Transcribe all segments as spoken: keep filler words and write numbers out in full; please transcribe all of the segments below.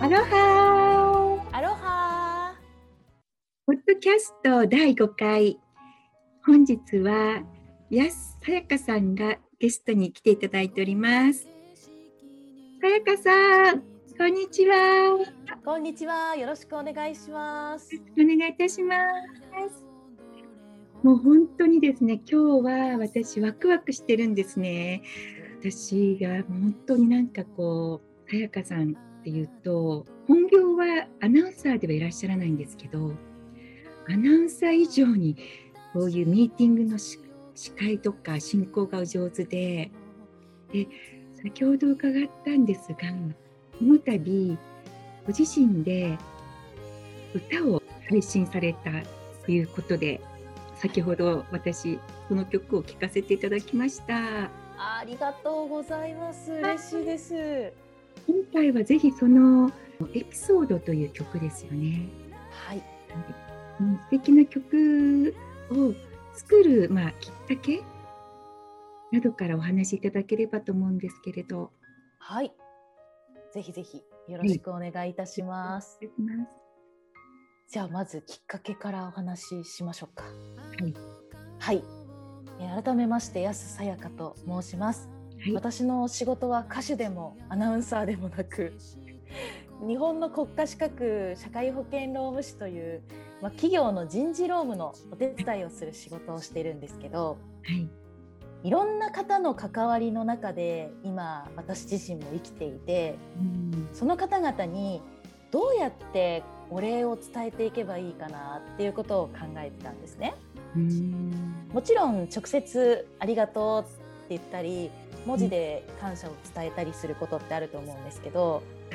アロハアロハポッドキャストだいごかい、本日は安さやかさんがゲストに来ていただいております。さやかさん、こんにちは。 こんにちは。よろしくお願いします。 よろしくお願いいたします。もう本当にですね、今日は私ワクワクしてるんですね。私が本当になんかこう、さやかさんっていうと、本業はアナウンサーではいらっしゃらないんですけど、アナウンサー以上にこういうミーティングの司会とか進行がお上手で、で、先ほど伺ったんですが、この度ご自身で歌を配信されたということで、先ほど私この曲を聴かせていただきました。 ありがとうございます。嬉しいです。 今回はぜひそのエピソードという曲ですよね。 はい。 うん、素敵な曲を作る、まあ、きっかけなどからお話しいただければと思うんですけれど。 はい。ぜひぜひよろしくお願いいたします。 はい、 じゃあまずきっかけからお話ししましょうか。 はい。 はい。改めまして安さやかと申します。はい、私の仕事は歌手でもアナウンサーでもなく、日本の国家資格社会保険労務士という、まあ、企業の人事労務のお手伝いをする仕事をしているんですけど、はい、いろんな方の関わりの中で今私自身も生きていて、うん、その方々にどうやってお礼を伝えていけばいいかなっていうことを考えてたんですね。うん、もちろん直接ありがとうって言ったり文字で感謝を伝えたりすることってあると思うんですけど、はい、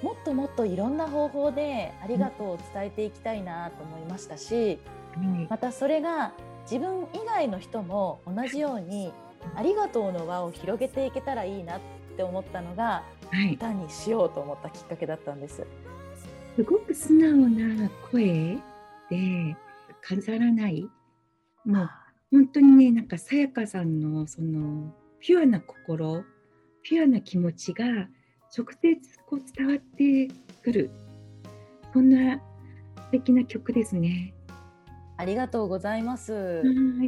もっともっといろんな方法でありがとうを伝えていきたいなと思いましたし、またそれが自分以外の人も同じようにありがとうの輪を広げていけたらいいなって思ったのが、はい、歌にしようと思ったきっかけだったんです。 すごく素直な声で飾らない、もう本当にね、なんかさやかさんのそのピュアな心、ピュアな気持ちが直接こう伝わってくる、そんな素敵な曲ですね。 ありがとうございます。はい、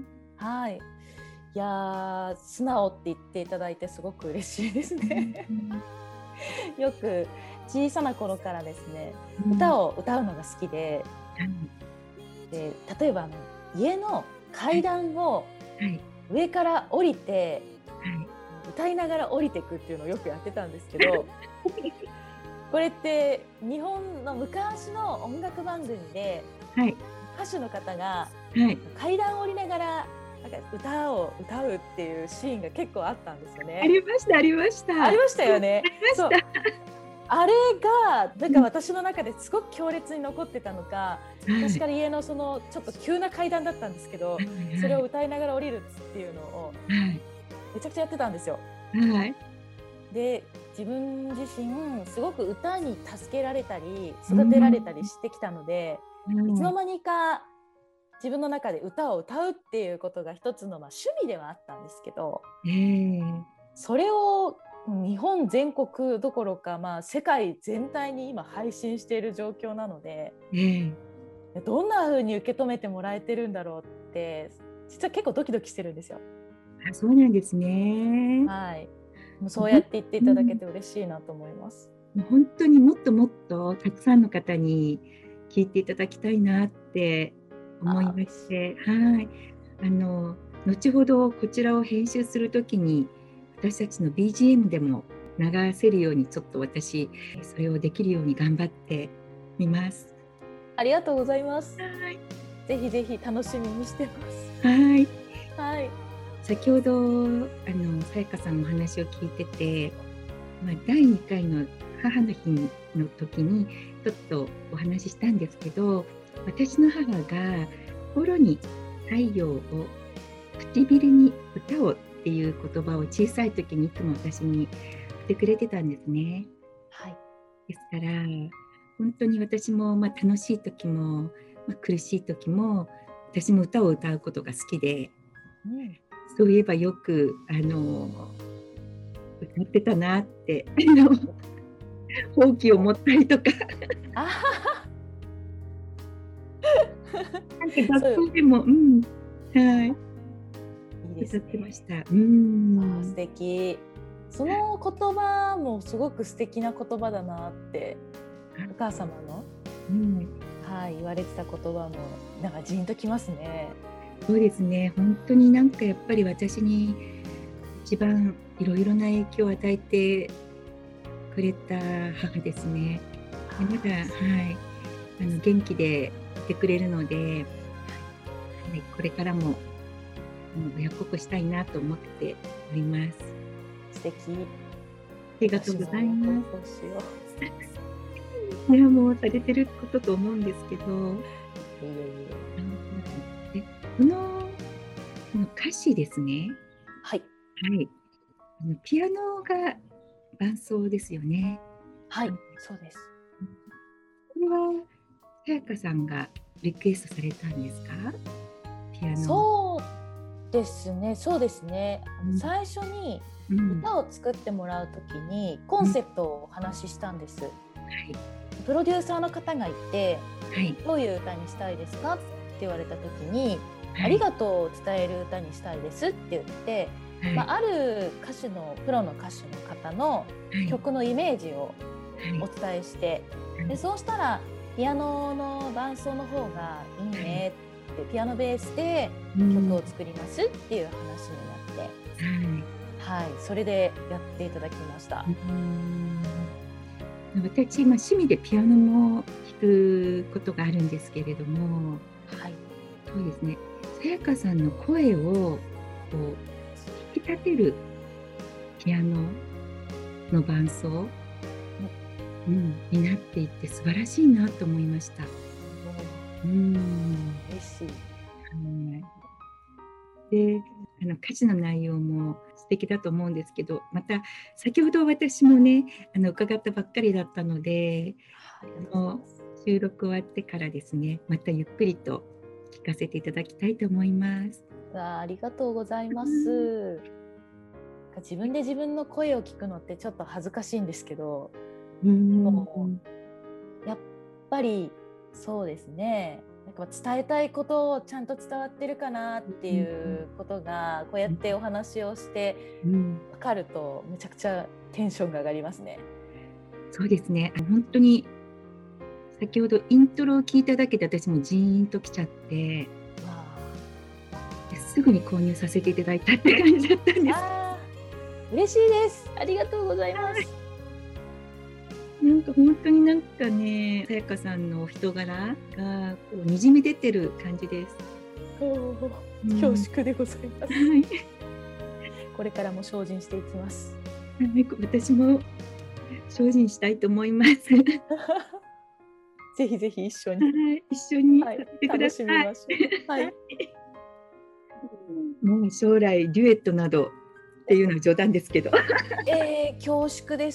はい、いや素直って言っていただいてすごく嬉しいですね。よく小さな頃からですね、うん、歌を歌うのが好きで、うん、で例えばあの家の階段を上から降りて、はいはい、歌いながら降りていくっていうのをよくやってたんですけどこれって日本の昔の音楽番組で、はい、歌手の方が階段を降りながらなんか歌を歌うっていうシーンが結構あったんですよね。 ありましたありましたありましたよね。 ありました。 あれがなんか私の中ですごく強烈に残ってたのか、うん、昔から家のそのちょっと急な階段だったんですけど、はい、それを歌いながら降りるっていうのをめちゃくちゃやってたんですよ。はい、で自分自身すごく歌に助けられたり育てられたりしてきたので、うん、いつの間にか自分の中で歌を歌うっていうことが一つのまあ趣味ではあったんですけど、えー、それを日本全国どころか、まあ、世界全体に今配信している状況なので、えー、どんな風に受け止めてもらえてるんだろうって実は結構ドキドキしてるんですよ。 あ、そうなんですね。 はい、そうやって言っていただけて嬉しいなと思います。 本当にもっともっとたくさんの方に聞いていただきたいなって思いまして、はい、あの後ほどこちらを編集するときに私たちの ビージーエム でも流せるようにちょっと私それをできるように頑張ってみます。 ありがとうございます。 はい、 ぜひぜひ楽しみにしてます。 はい、 はい、 先ほどあのさやかさんのお話を聞いてて、まあ、だいにかいの母の日の時にちょっとお話ししたんですけど、私の母が心に太陽を唇に歌をっていう言葉を小さい時にいつも私に言ってくれてたんですね。はい、ですから本当に私もまあ楽しい時も、まあ、苦しい時も私も歌を歌うことが好きで、うん、そういえばよくあの歌ってたなってほうきを持ったりとかあなんか学校でも、うん、はい、 いいです歌ってまね。 した。うん。 素敵。その言葉もすごく素敵な言葉だなって、お母様の、 うん、 はい、言われてた言葉もなんかジーンときますね。 そうですね。本当になんかやっぱり私に一番いろいろな影響を与えてくれた母ですね。でまだ、はい、あの元気でいてくれるので、はい、これからも、うん、親孝行したいなと思っております。 素敵。 ありがとうございます。 どうしよいや、もうされてることと思うんですけど、 う。いえいえ。 でこのこの歌詞ですね。 はい。 はい。あのピアノが伴奏ですよね。 はい、そうです。 これはさやかさんがリクエストされたんですか？ピアノ。 そうですね、そうですね。 うん、 最初にうん歌を作ってもらうときにコンセプトをお話ししたんです。 はい、 プロデューサーの方がいて、 はい、 どういう歌にしたいですかって言われたときに、 はい、 ありがとうを伝える歌にしたいですって言って、 はい、 まあ、ある歌手のプロの歌手の方の曲のイメージをお伝えして、 はい、 でそうしたらピアノの伴奏の方がいいねって、ピアノベースで曲を作りますっていう話になって、はい、はい、それでやっていただきました。 うん、私、まあ、趣味でピアノも弾くことがあるんですけれども、 はい、 そうですね、さやかさんの声をこう引き立てるピアノの伴奏、うん、になっていって素晴らしいなと思いました。うん、 嬉しい。 うん、で、あの歌詞の内容も素敵だと思うんですけど、また先ほど私もね、あの伺ったばっかりだったので、あの収録終わってからですね、またゆっくりと聞かせていただきたいと思います。 あ、ありがとうございます。うん、自分で自分の声を聞くのってちょっと恥ずかしいんですけど、うん、もうやっぱりそうですね、なんか伝えたいことをちゃんと伝わってるかなっていうことがこうやってお話をして分かるとめちゃくちゃテンションが上がりますね。 そうですね、本当に先ほどイントロを聞いただけで私もジーンときちゃって、すぐに購入させていただいたって感じだったんです。 あ、嬉しいです。ありがとうございます。 なんか本当になんかね、さやかさんのお人柄がこうにじみ出てる感じです。 おー、恐縮でございます。 はい、 これからも精進していきます。 はい、私も精進したいと思います。 ぜひぜひ一緒に、 はい、一緒にさせてください。 はい、楽しみましょう。はい。 もう将来デュエットなどっていうのは冗談ですけど。 えー、恐縮です。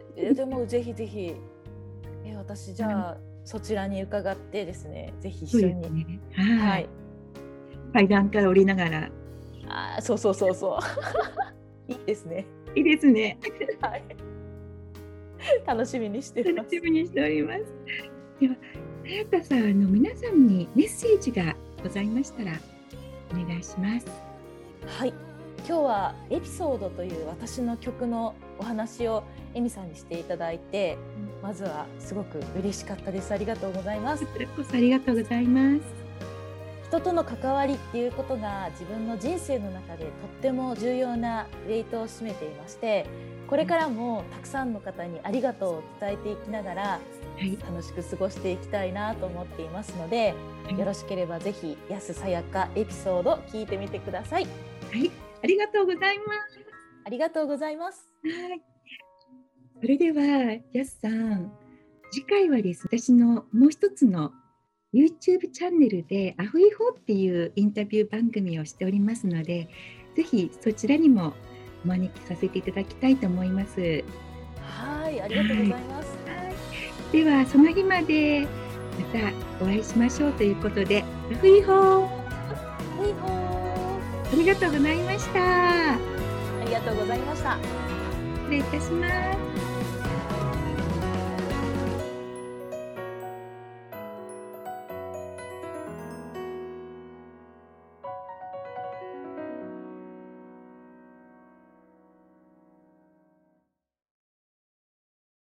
えー、でもぜひぜひ、えー、私じゃあ、うん、そちらに伺ってですね、ぜひ一緒に、 ね、はい、 はい、 階段から降りながら。 あ、そうそうそうそういいですね。 いいですね。 はい。楽しみにしてます。 楽しみにしております。では、さやかさんの皆さんにメッセージがございましたらお願いします。 はい。今日はエピソードという私の曲のお話をエミさんにしていただいて、まずはすごく嬉しかったです。ありがとうございます。 こちらこそありがとうございます。 人との関わりっていうことが自分の人生の中でとっても重要なウェイトを占めていまして、これからもたくさんの方にありがとうを伝えていきながら、はい、楽しく過ごしていきたいなと思っていますので、はい、よろしければぜひ安さやかエピソード聞いてみてください。 はい、ありがとうございます。 ありがとうございます。 はい、それでは安さん、次回はです、私のもう一つの YouTube チャンネルでアフイホっていうインタビュー番組をしておりますので、ぜひそちらにもお招きさせていただきたいと思います。 はい、ありがとうございます。 はいはい、ではその日までまたお会いしましょうということで、アフイホー、アフイホー、 ありがとうございました。 ありがとうございました。 失礼いたします。